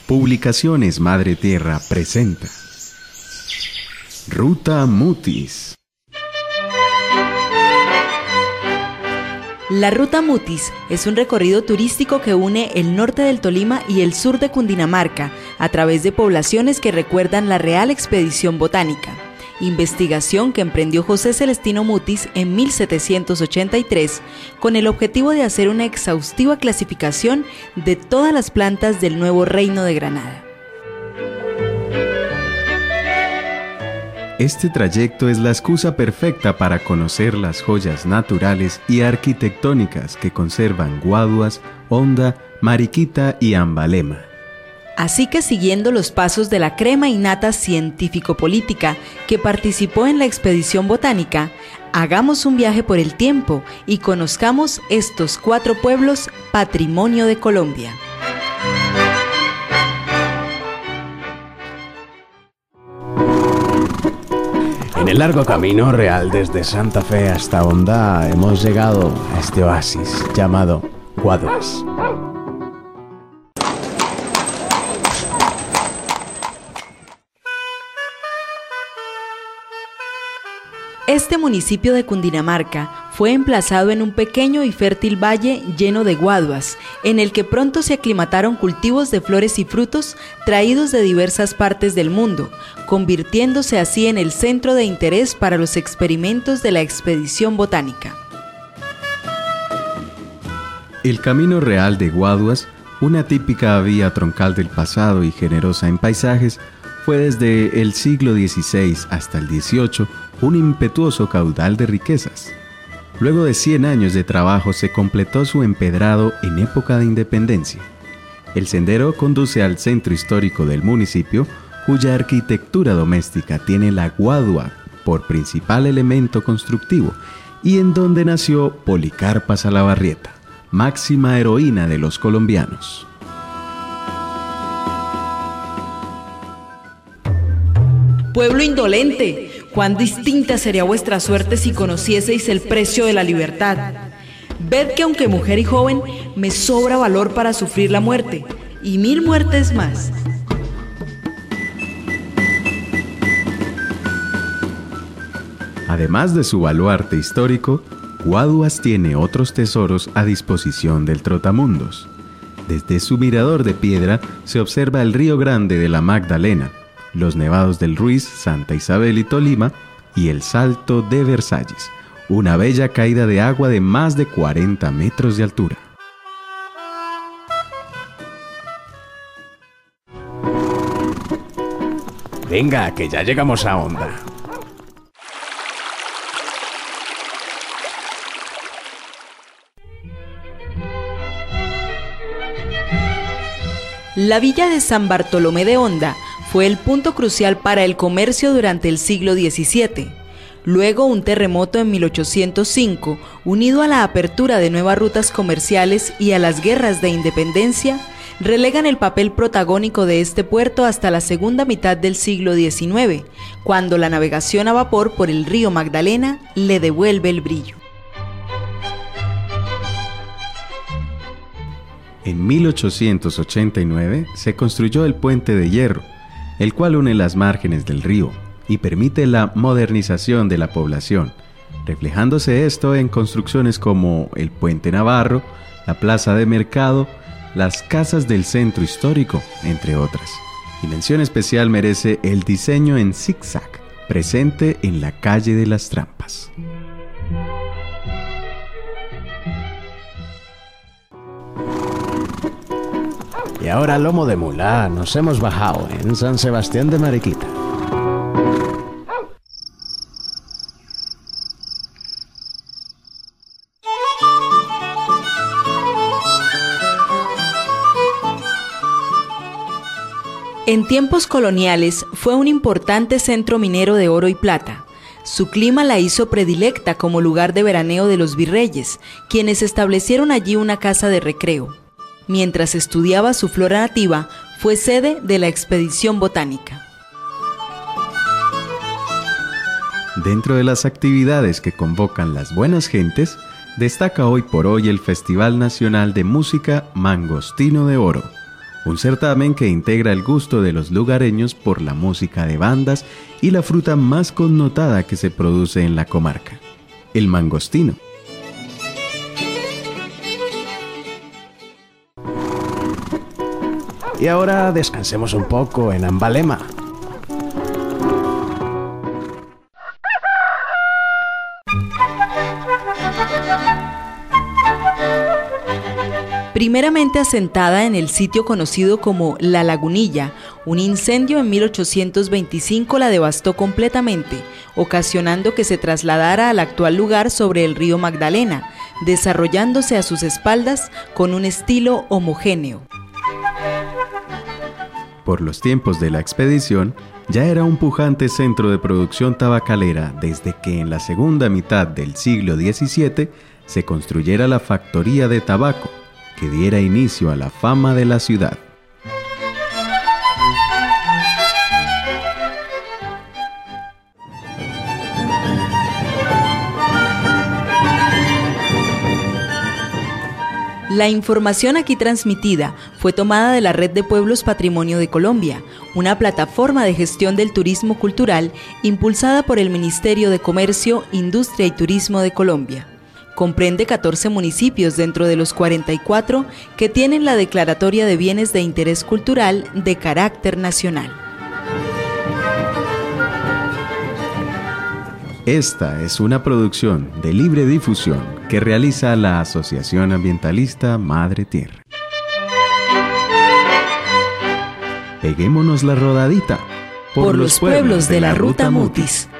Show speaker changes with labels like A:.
A: Publicaciones Madre Tierra presenta Ruta Mutis.
B: La Ruta Mutis es un recorrido turístico que une el norte del Tolima y el sur de Cundinamarca a través de poblaciones que recuerdan la Real Expedición Botánica, investigación que emprendió José Celestino Mutis en 1783 con el objetivo de hacer una exhaustiva clasificación de todas las plantas del nuevo Reino de Granada.
A: Este trayecto es la excusa perfecta para conocer las joyas naturales y arquitectónicas que conservan Guaduas, Honda, Mariquita y Ambalema.
B: Así que siguiendo los pasos de la crema innata científico-política que participó en la expedición botánica, hagamos un viaje por el tiempo y conozcamos estos 4 pueblos patrimonio de Colombia.
C: En el largo camino real desde Santa Fe hasta Honda hemos llegado a este oasis llamado Guaduas.
B: Este municipio de Cundinamarca fue emplazado en un pequeño y fértil valle lleno de guaduas, en el que pronto se aclimataron cultivos de flores y frutos traídos de diversas partes del mundo, convirtiéndose así en el centro de interés para los experimentos de la expedición botánica.
A: El Camino Real de Guaduas, una típica vía troncal del pasado y generosa en paisajes, fue desde el siglo XVI hasta el XVIII un impetuoso caudal de riquezas. Luego de 100 años de trabajo se completó su empedrado en época de independencia. El sendero conduce al centro histórico del municipio, cuya arquitectura doméstica tiene la guadua por principal elemento constructivo y en donde nació Policarpa Salabarrieta, máxima heroína de los colombianos.
B: Pueblo indolente, cuán distinta sería vuestra suerte si conocieseis el precio de la libertad. Ved que aunque mujer y joven, me sobra valor para sufrir la muerte, y 1000 muertes más.
A: Además de su baluarte histórico, Guaduas tiene otros tesoros a disposición del trotamundos. Desde su mirador de piedra se observa el Río Grande de la Magdalena, los nevados del Ruiz, Santa Isabel y Tolima, y el Salto de Versalles, una bella caída de agua de más de 40 metros de altura.
C: Venga, que ya llegamos a Honda.
B: La villa de San Bartolomé de Honda fue el punto crucial para el comercio durante el siglo XVII. Luego, un terremoto en 1805, unido a la apertura de nuevas rutas comerciales y a las guerras de independencia, relegan el papel protagónico de este puerto hasta la segunda mitad del siglo XIX, cuando la navegación a vapor por el río Magdalena le devuelve el brillo.
A: En 1889 se construyó el Puente de Hierro, el cual une las márgenes del río y permite la modernización de la población, reflejándose esto en construcciones como el Puente Navarro, la Plaza de Mercado, las casas del centro histórico, entre otras. Y mención especial merece el diseño en zigzag, presente en la calle de las Trampas.
C: Y ahora lomo de mula, nos hemos bajado en San Sebastián de Mariquita.
B: En tiempos coloniales fue un importante centro minero de oro y plata. Su clima la hizo predilecta como lugar de veraneo de los virreyes, quienes establecieron allí una casa de recreo. Mientras estudiaba su flora nativa, fue sede de la expedición botánica.
A: Dentro de las actividades que convocan las buenas gentes, destaca hoy por hoy el Festival Nacional de Música Mangostino de Oro, un certamen que integra el gusto de los lugareños por la música de bandas y la fruta más connotada que se produce en la comarca, el mangostino.
C: Y ahora descansemos un poco en Ambalema.
B: Primeramente asentada en el sitio conocido como La Lagunilla, un incendio en 1825 la devastó completamente, ocasionando que se trasladara al actual lugar sobre el río Magdalena, desarrollándose a sus espaldas con un estilo homogéneo.
A: Por los tiempos de la expedición, ya era un pujante centro de producción tabacalera desde que en la segunda mitad del siglo XVII se construyera la factoría de tabaco, que diera inicio a la fama de la ciudad.
B: La información aquí transmitida fue tomada de la Red de Pueblos Patrimonio de Colombia, una plataforma de gestión del turismo cultural impulsada por el Ministerio de Comercio, Industria y Turismo de Colombia. Comprende 14 municipios dentro de los 44 que tienen la declaratoria de bienes de interés cultural de carácter nacional.
A: Esta es una producción de libre difusión que realiza la Asociación Ambientalista Madre Tierra. Peguémonos la rodadita
B: por los pueblos de la Ruta Mutis.